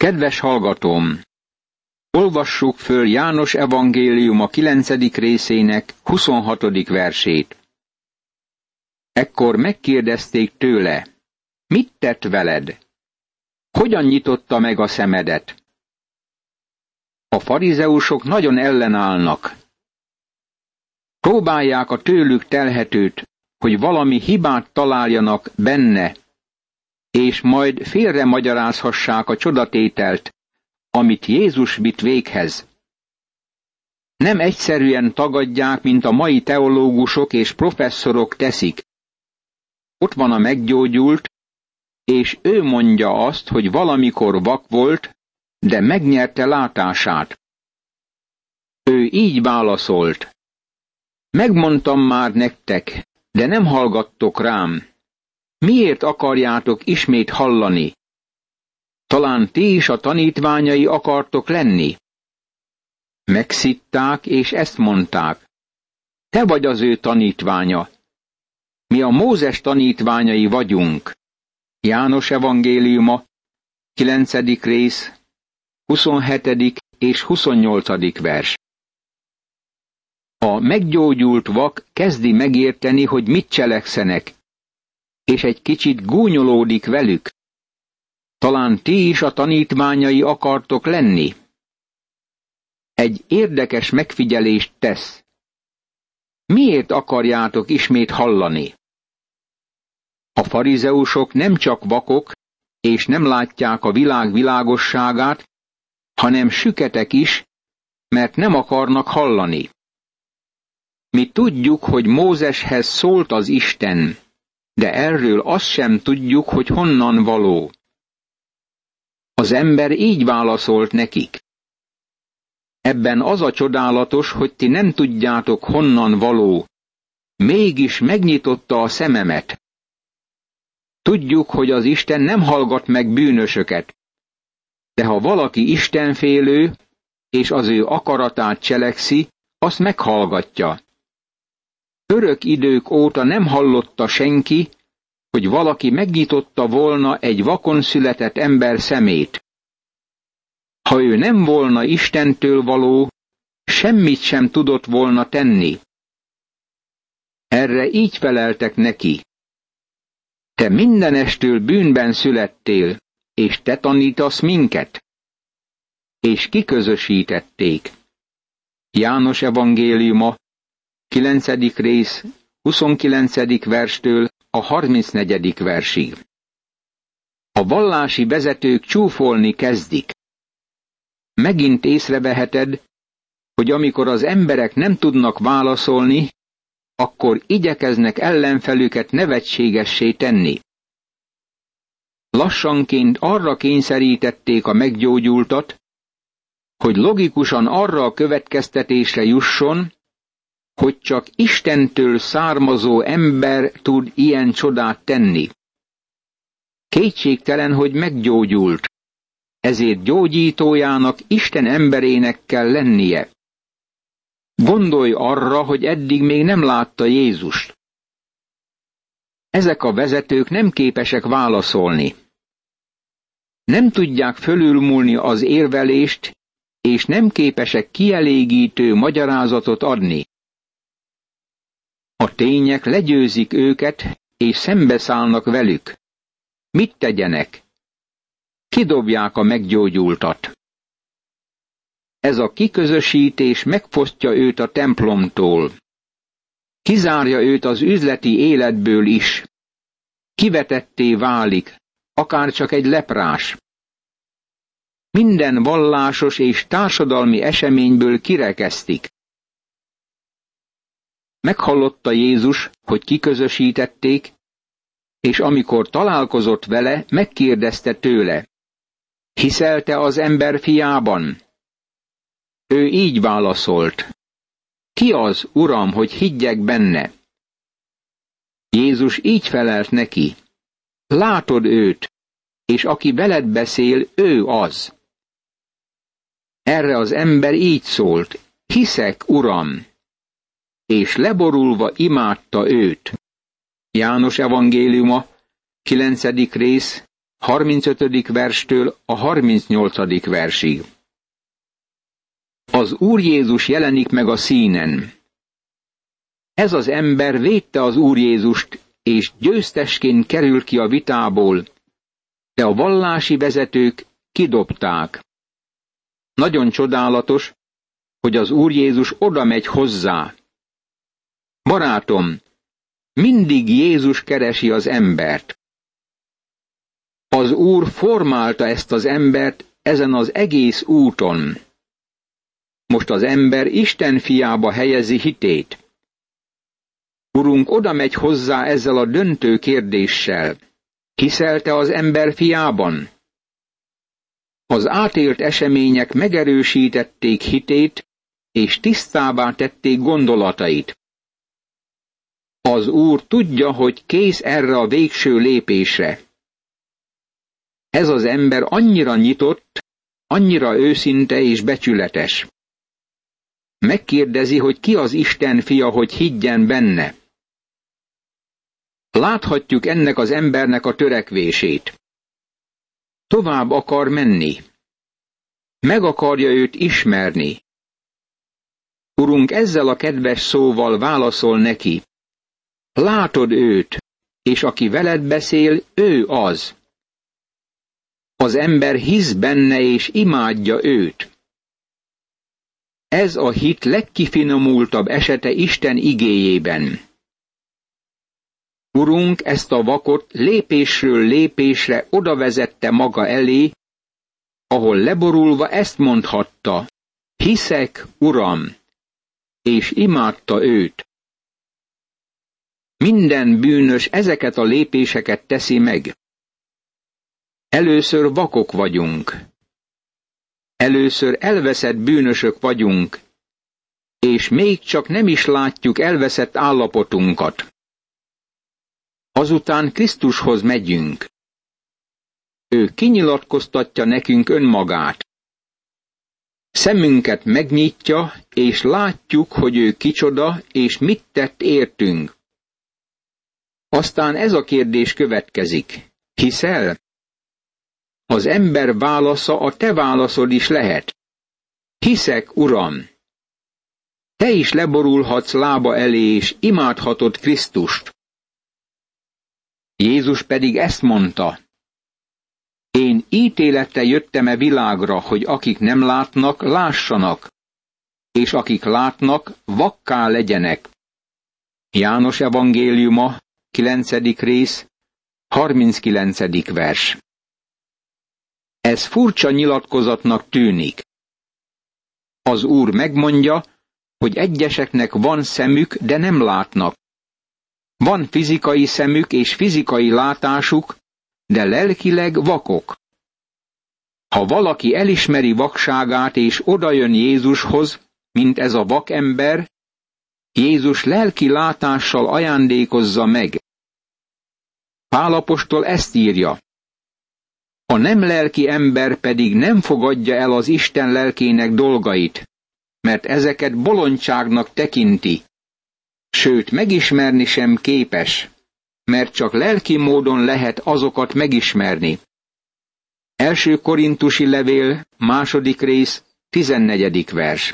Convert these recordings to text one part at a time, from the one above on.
Kedves hallgatóm! Olvassuk föl János evangéliuma 9. részének 26. versét. Ekkor megkérdezték tőle, mit tett veled? Hogyan nyitotta meg a szemedet? A farizeusok nagyon ellenállnak. Próbálják a tőlük telhetőt, hogy valami hibát találjanak benne, és majd félre magyarázhassák a csodatételt, amit Jézus vitt véghez. Nem egyszerűen tagadják, mint a mai teológusok és professzorok teszik. Ott van a meggyógyult, és ő mondja azt, hogy valamikor vak volt, de megnyerte látását. Ő így válaszolt. Megmondtam már nektek, de nem hallgattok rám. Miért akarjátok ismét hallani? Talán ti is a tanítványai akartok lenni? Megszitták, és ezt mondták. Te vagy az ő tanítványa. Mi a Mózes tanítványai vagyunk. János evangéliuma, 9. rész, 27. és 28. vers. A meggyógyult vak kezdi megérteni, hogy mit cselekszenek, és egy kicsit gúnyolódik velük. Talán ti is a tanítványai akartok lenni? Egy érdekes megfigyelést tesz. Miért akarjátok ismét hallani? A farizeusok nem csak vakok, és nem látják a világ világosságát, hanem süketek is, mert nem akarnak hallani. Mi tudjuk, hogy Mózeshez szólt az Isten, de erről azt sem tudjuk, hogy honnan való. Az ember így válaszolt nekik. Ebben az a csodálatos, hogy ti nem tudjátok, honnan való. Mégis megnyitotta a szememet. Tudjuk, hogy az Isten nem hallgat meg bűnösöket. De ha valaki istenfélő, és az ő akaratát cselekszi, azt meghallgatja. Örök idők óta nem hallotta senki, hogy valaki megnyitotta volna egy vakon született ember szemét. Ha ő nem volna Istentől való, semmit sem tudott volna tenni. Erre így feleltek neki. Te mindenestől bűnben születtél, és te tanítasz minket. És kiközösítették. János evangéliuma, 9. rész, 29. verstől a 34. versig. A vallási vezetők csúfolni kezdik. Megint észreveheted, hogy amikor az emberek nem tudnak válaszolni, akkor igyekeznek ellenfelüket nevetségessé tenni. Lassanként arra kényszerítették a meggyógyultat, hogy logikusan arra a következtetésre jusson, hogy csak Istentől származó ember tud ilyen csodát tenni. Kétségtelen, hogy meggyógyult, ezért gyógyítójának Isten emberének kell lennie. Gondolj arra, hogy eddig még nem látta Jézust. Ezek a vezetők nem képesek válaszolni. Nem tudják fölülmúlni az érvelést, és nem képesek kielégítő magyarázatot adni. A tények legyőzik őket, és szembeszállnak velük. Mit tegyenek? Kidobják a meggyógyultat. Ez a kiközösítés megfosztja őt a templomtól. Kizárja őt az üzleti életből is. Kivetetté válik, akár csak egy leprás. Minden vallásos és társadalmi eseményből kirekesztik. Meghallotta Jézus, hogy kiközösítették, és amikor találkozott vele, megkérdezte tőle, hiszel te az ember fiában? Ő így válaszolt, ki az, Uram, hogy higgyek benne? Jézus így felelt neki, látod őt, és aki veled beszél, ő az. Erre az ember így szólt, hiszek, Uram, és leborulva imádta őt. János evangéliuma, 9. rész, 35. verstől a 38. versig. Az Úr Jézus jelenik meg a színen. Ez az ember védte az Úr Jézust, és győztesként kerül ki a vitából, de a vallási vezetők kidobták. Nagyon csodálatos, hogy az Úr Jézus oda megy hozzá. Barátom, mindig Jézus keresi az embert. Az Úr formálta ezt az embert ezen az egész úton. Most az ember Isten fiába helyezi hitét. Urunk oda megy hozzá ezzel a döntő kérdéssel. Hiszel te az ember fiában? Az átélt események megerősítették hitét, és tisztábbá tették gondolatait. Az Úr tudja, hogy kész erre a végső lépésre. Ez az ember annyira nyitott, annyira őszinte és becsületes. Megkérdezi, hogy ki az Isten fia, hogy higgyen benne. Láthatjuk ennek az embernek a törekvését. Tovább akar menni. Meg akarja őt ismerni. Urunk ezzel a kedves szóval válaszol neki. Látod őt, és aki veled beszél, ő az. Az ember hisz benne és imádja őt. Ez a hit legkifinomultabb esete Isten igéjében. Urunk ezt a vakot lépésről lépésre odavezette maga elé, ahol leborulva ezt mondhatta, hiszek, Uram, és imádta őt. Minden bűnös ezeket a lépéseket teszi meg. Először vakok vagyunk. Először elveszett bűnösök vagyunk, és még csak nem is látjuk elveszett állapotunkat. Azután Krisztushoz megyünk. Ő kinyilatkoztatja nekünk önmagát. Szemünket megnyitja, és látjuk, hogy ő kicsoda, és mit tett értünk. Aztán ez a kérdés következik. Hiszel? Az ember válasza a te válaszod is lehet. Hiszek, Uram! Te is leborulhatsz lába elé, és imádhatod Krisztust. Jézus pedig ezt mondta. Én ítélettel jöttem-e világra, hogy akik nem látnak, lássanak, és akik látnak, vakká legyenek. János evangéliuma, 9. rész, 39. vers. Ez furcsa nyilatkozatnak tűnik. Az Úr megmondja, hogy egyeseknek van szemük, de nem látnak. Van fizikai szemük és fizikai látásuk, de lelkileg vakok. Ha valaki elismeri vakságát és odajön Jézushoz, mint ez a vakember, Jézus lelki látással ajándékozza meg. Pál apostol ezt írja. A nem lelki ember pedig nem fogadja el az Isten lelkének dolgait, mert ezeket bolondságnak tekinti, sőt megismerni sem képes, mert csak lelki módon lehet azokat megismerni. 1. Korintusi levél, 2. rész, 14. vers.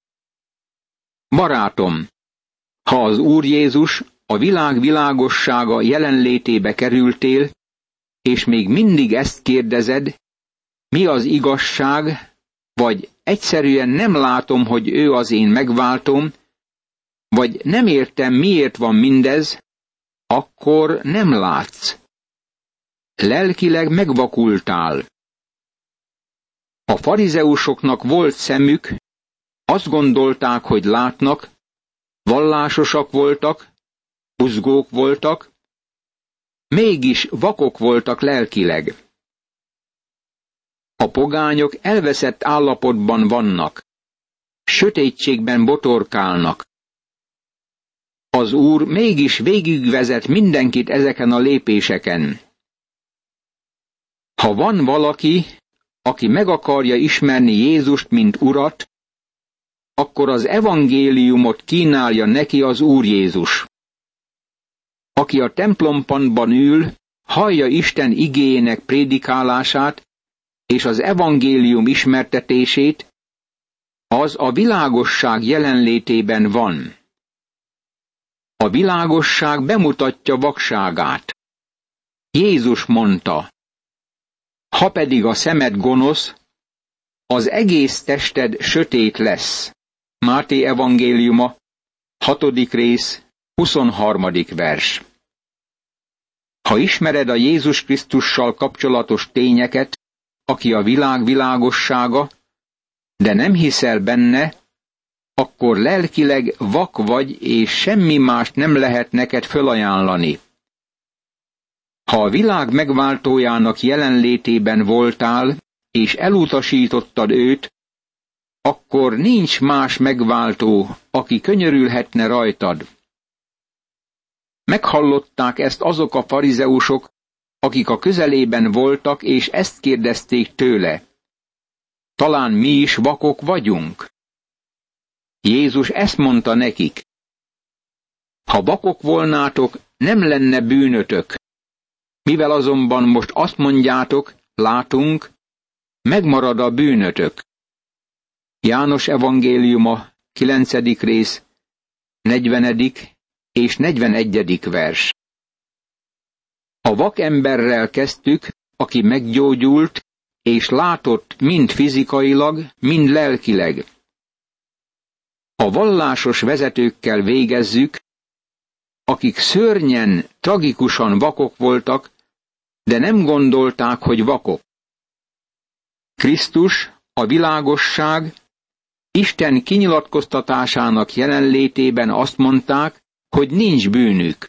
Barátom, ha az Úr Jézus, a világ világossága jelenlétébe kerültél, és még mindig ezt kérdezed, mi az igazság, vagy egyszerűen nem látom, hogy ő az én megváltom, vagy nem értem, miért van mindez, akkor nem látsz. Lelkileg megvakultál. A farizeusoknak volt szemük, azt gondolták, hogy látnak, vallásosak voltak, buzgók voltak, mégis vakok voltak lelkileg. A pogányok elveszett állapotban vannak, sötétségben botorkálnak. Az Úr mégis végigvezet mindenkit ezeken a lépéseken. Ha van valaki, aki meg akarja ismerni Jézust, mint Urat, akkor az evangéliumot kínálja neki az Úr Jézus. Aki a templompadban ül, hallja Isten igéjének prédikálását és az evangélium ismertetését, az a világosság jelenlétében van. A világosság bemutatja vakságát. Jézus mondta, ha pedig a szemed gonosz, az egész tested sötét lesz. Máté evangéliuma, 6. rész, 23. vers. Ha ismered a Jézus Krisztussal kapcsolatos tényeket, aki a világ világossága, de nem hiszel benne, akkor lelkileg vak vagy, és semmi mást nem lehet neked fölajánlani. Ha a világ megváltójának jelenlétében voltál, és elutasítottad őt, akkor nincs más megváltó, aki könyörülhetne rajtad. Meghallották ezt azok a farizeusok, akik a közelében voltak, és ezt kérdezték tőle. Talán mi is vakok vagyunk? Jézus ezt mondta nekik. Ha vakok volnátok, nem lenne bűnötök. Mivel azonban most azt mondjátok, látunk, megmarad a bűnötök. János evangéliuma, 9. rész, 40. és 41. vers. A vakemberrel kezdtük, aki meggyógyult, és látott mind fizikailag, mind lelkileg. A vallásos vezetőkkel végezzük, akik szörnyen, tragikusan vakok voltak, de nem gondolták, hogy vakok. Krisztus, a világosság, Isten kinyilatkoztatásának jelenlétében azt mondták, hogy nincs bűnük.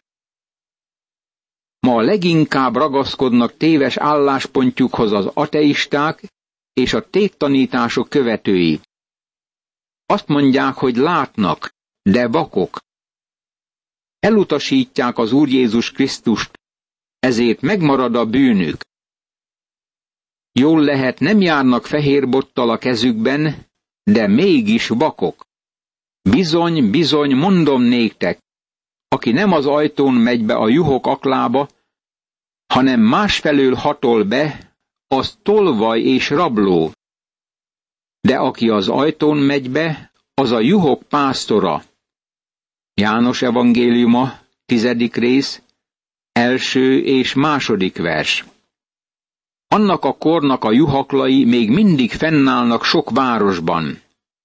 Ma leginkább ragaszkodnak téves álláspontjukhoz az ateisták és a tévtanítások követői. Azt mondják, hogy látnak, de vakok. Elutasítják az Úr Jézus Krisztust, ezért megmarad a bűnük. Jól lehet, nem járnak fehér bottal a kezükben, de mégis vakok. Bizony, bizony, mondom néktek, aki nem az ajtón megy be a juhok aklába, hanem másfelől hatol be, az tolvaj és rabló. De aki az ajtón megy be, az a juhok pásztora. János evangéliuma, 10. rész, 1. és 2. vers. Annak a kornak a juhaklai még mindig fennállnak sok városban.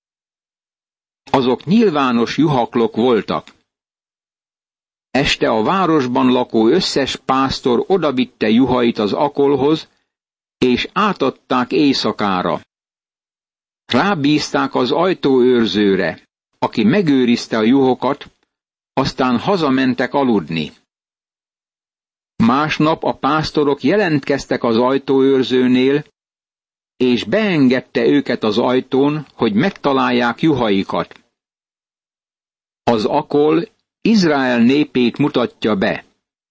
Azok nyilvános juhaklok voltak. Este a városban lakó összes pásztor odavitte juhait az akolhoz, és átadták éjszakára. Rábízták az ajtóőrzőre, aki megőrizte a juhokat, aztán hazamentek aludni. Másnap a pásztorok jelentkeztek az ajtóőrzőnél, és beengedte őket az ajtón, hogy megtalálják juhaikat. Az akol Izrael népét mutatja be.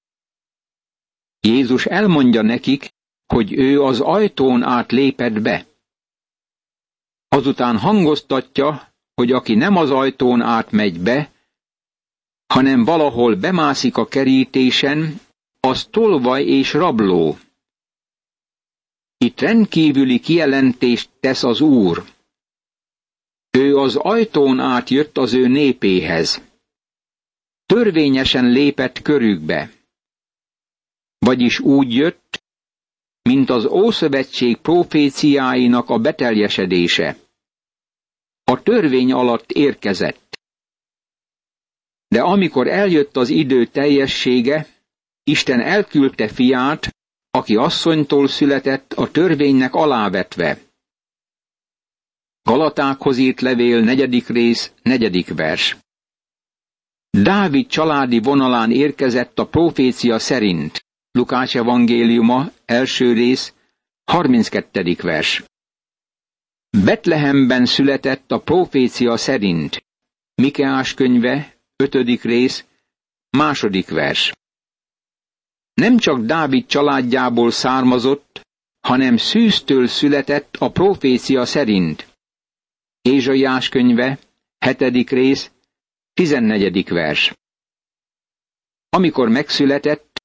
Jézus elmondja nekik, hogy ő az ajtón át lépett be. Azután hangoztatja, hogy aki nem az ajtón át megy be, hanem valahol bemászik a kerítésen, az tolvaj és rabló. Itt rendkívüli kijelentést tesz az Úr. Ő az ajtón át jött az ő népéhez. Törvényesen lépett körükbe. Vagyis úgy jött, mint az Ószövetség proféciáinak a beteljesedése. A törvény alatt érkezett. De amikor eljött az idő teljessége, Isten elküldte fiát, aki asszonytól született, a törvénynek alávetve. Galatákhoz írt levél, 4. rész, 4. vers. Dávid családi vonalán érkezett a profécia szerint. Lukács evangéliuma, 1. rész, 32. vers. Betlehemben született a profécia szerint. Mikeás könyve, 5. rész, 2. vers. Nem csak Dávid családjából származott, hanem szűztől született a profécia szerint. Ézsaiás könyve, 7. rész, 14. vers. Amikor megszületett,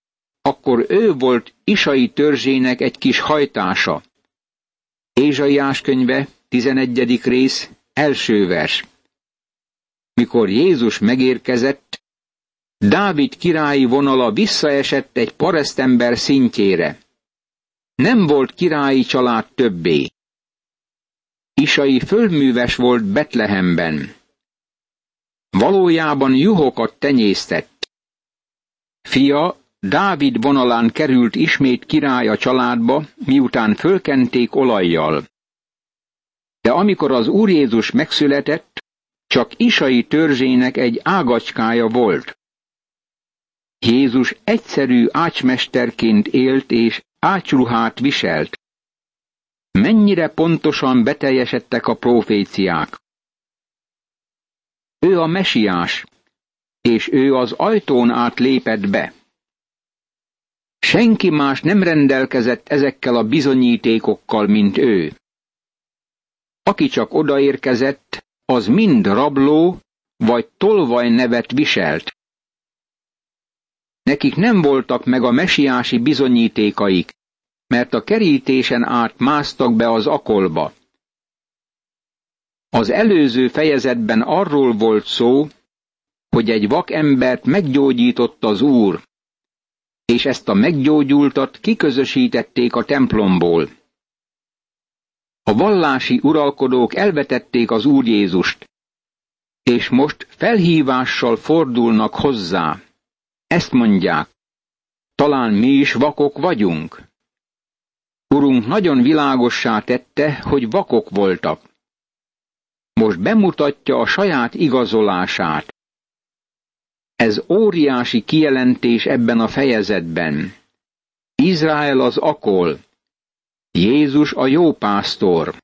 akkor ő volt Isai törzsének egy kis hajtása. Ézsaiás könyve, 11. rész, 1. vers. Mikor Jézus megérkezett, Dávid királyi vonala visszaesett egy paresztember szintjére. Nem volt királyi család többé. Isai földműves volt Betlehemben. Valójában juhokat tenyésztett. Fia Dávid vonalán került ismét király a családba, miután fölkenték olajjal. De amikor az Úr Jézus megszületett, csak Isai törzsének egy ágacskája volt. Jézus egyszerű ácsmesterként élt és ácsruhát viselt. Mennyire pontosan beteljesedtek a próféciák. Ő a mesiás, és ő az ajtón át lépett be. Senki más nem rendelkezett ezekkel a bizonyítékokkal, mint ő. Aki csak odaérkezett, az mind rabló vagy tolvaj nevet viselt. Nekik nem voltak meg a mesiási bizonyítékaik, mert a kerítésen át másztak be az akolba. Az előző fejezetben arról volt szó, hogy egy vakembert meggyógyított az Úr, és ezt a meggyógyultat kiközösítették a templomból. A vallási uralkodók elvetették az Úr Jézust, és most felhívással fordulnak hozzá. Ezt mondják, talán mi is vakok vagyunk. Urunk nagyon világossá tette, hogy vakok voltak. Most bemutatja a saját igazolását. Ez óriási kijelentés ebben a fejezetben. Izrael az akol, Jézus a jó pásztor.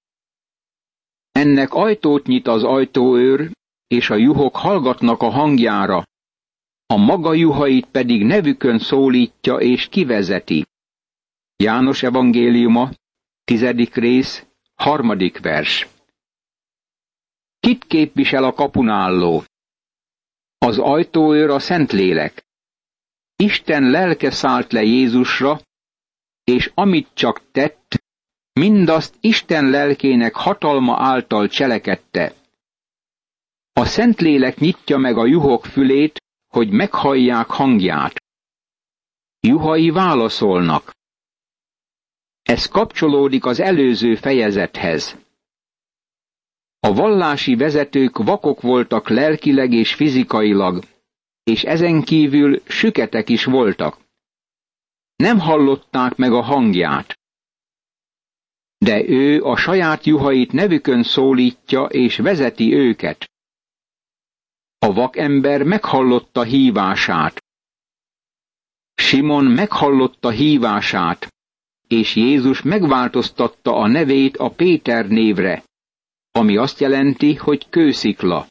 Ennek ajtót nyit az ajtóőr, és a juhok hallgatnak a hangjára, a maga juhait pedig nevükön szólítja és kivezeti. János evangéliuma, 10. rész, 3. vers. Kit képvisel a kapun álló? Az ajtóőr a Szentlélek. Isten lelke szállt le Jézusra, és amit csak tett, mindazt Isten lelkének hatalma által cselekedte. A Szentlélek nyitja meg a juhok fülét, hogy meghallják hangját. Juhai válaszolnak. Ez kapcsolódik az előző fejezethez. A vallási vezetők vakok voltak lelkileg és fizikailag, és ezen kívül süketek is voltak. Nem hallották meg a hangját. De ő a saját juhait nevükön szólítja és vezeti őket. A vakember meghallotta hívását. Simon meghallotta hívását, és Jézus megváltoztatta a nevét a Péter névre, ami azt jelenti, hogy kőszikla.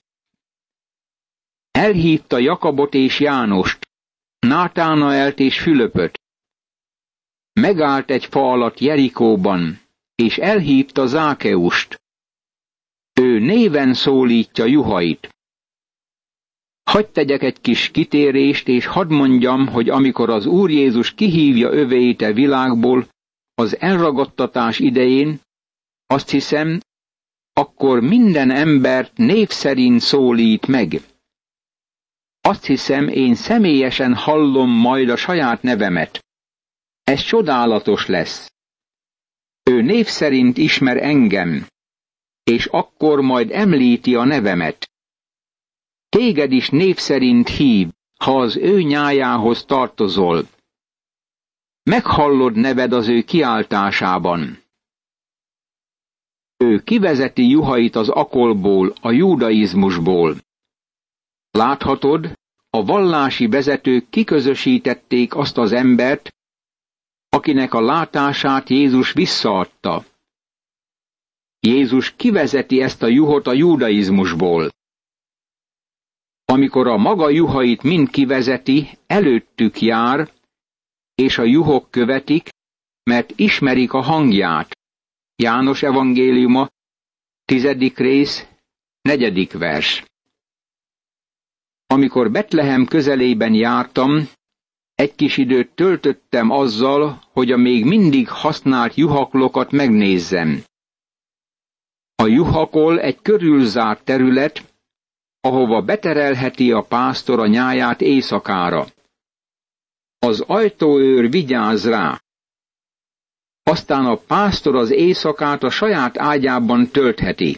Elhívta Jakabot és Jánost, Nátánaelt és Fülöpöt. Megállt egy fa alatt Jerikóban, és elhívta Zákeust. Ő néven szólítja juhait. Hadd tegyek egy kis kitérést, és hadd mondjam, hogy amikor az Úr Jézus kihívja övéit a világból az elragadtatás idején, azt hiszem, akkor minden embert név szerint szólít meg. Azt hiszem, én személyesen hallom majd a saját nevemet. Ez csodálatos lesz. Ő név szerint ismer engem, és akkor majd említi a nevemet. Téged is név szerint hív, ha az ő nyájához tartozol. Meghallod neved az ő kiáltásában. Ő kivezeti juhait az akolból, a judaizmusból. Láthatod, a vallási vezetők kiközösítették azt az embert, akinek a látását Jézus visszaadta. Jézus kivezeti ezt a juhot a judaizmusból. Amikor a maga juhait mind kivezeti, előttük jár, és a juhok követik, mert ismerik a hangját. János evangéliuma, 10. rész, 4. vers. Amikor Betlehem közelében jártam, Egy kis időt töltöttem azzal, hogy a még mindig használt juhaklokat megnézzem. A juhakol egy körülzárt terület, ahova beterelheti a pásztor a nyáját éjszakára. Az ajtóőr vigyáz rá. Aztán a pásztor az éjszakát a saját ágyában töltheti.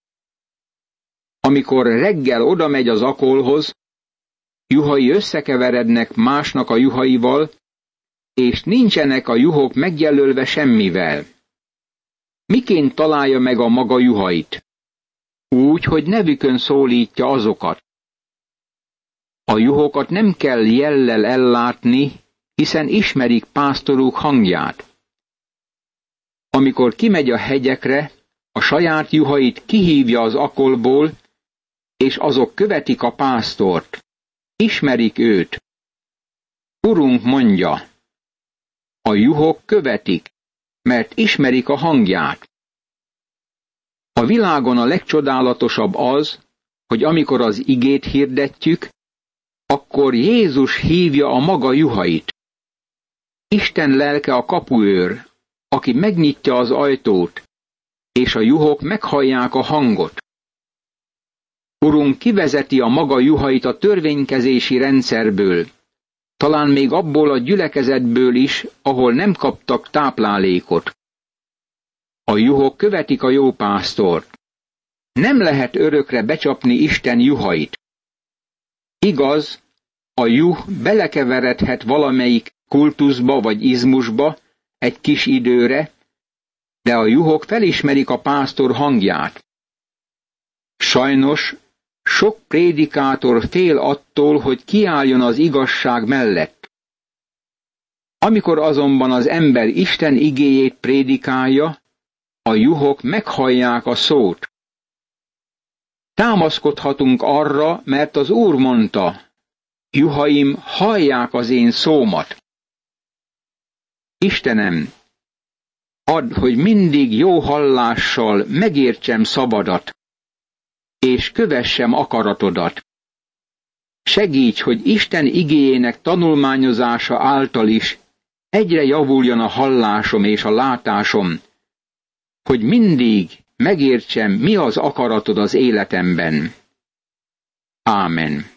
Amikor reggel odamegy az akolhoz, juhai összekeverednek másnak a juhaival, és nincsenek a juhok megjelölve semmivel. Miként találja meg a maga juhait? Úgy, hogy nevükön szólítja azokat. A juhokat nem kell jellel ellátni, hiszen ismerik pásztoruk hangját. Amikor kimegy a hegyekre, a saját juhait kihívja az akolból, és azok követik a pásztort. Ismerik őt. Urunk mondja, a juhok követik, mert ismerik a hangját. A világon a legcsodálatosabb az, hogy amikor az igét hirdetjük, akkor Jézus hívja a maga juhait. Isten lelke a kapuőr, aki megnyitja az ajtót, és a juhok meghallják a hangot. Urunk kivezeti a maga juhait a törvénykezési rendszerből, talán még abból a gyülekezetből is, ahol nem kaptak táplálékot. A juhok követik a jó pásztort. Nem lehet örökre becsapni Isten juhait. Igaz, a juh belekeveredhet valamelyik kultuszba vagy izmusba egy kis időre, de a juhok felismerik a pásztor hangját. Sajnos sok prédikátor fél attól, hogy kiálljon az igazság mellett. Amikor azonban az ember Isten igéjét prédikálja, a juhok meghallják a szót. Támaszkodhatunk arra, mert az Úr mondta, juhaim, hallják az én szómat. Istenem, add, hogy mindig jó hallással megértsem szabadat, és kövessem akaratodat. Segíts, hogy Isten igéjének tanulmányozása által is egyre javuljon a hallásom és a látásom, hogy mindig megértsem, mi az akaratod az életemben. Ámen.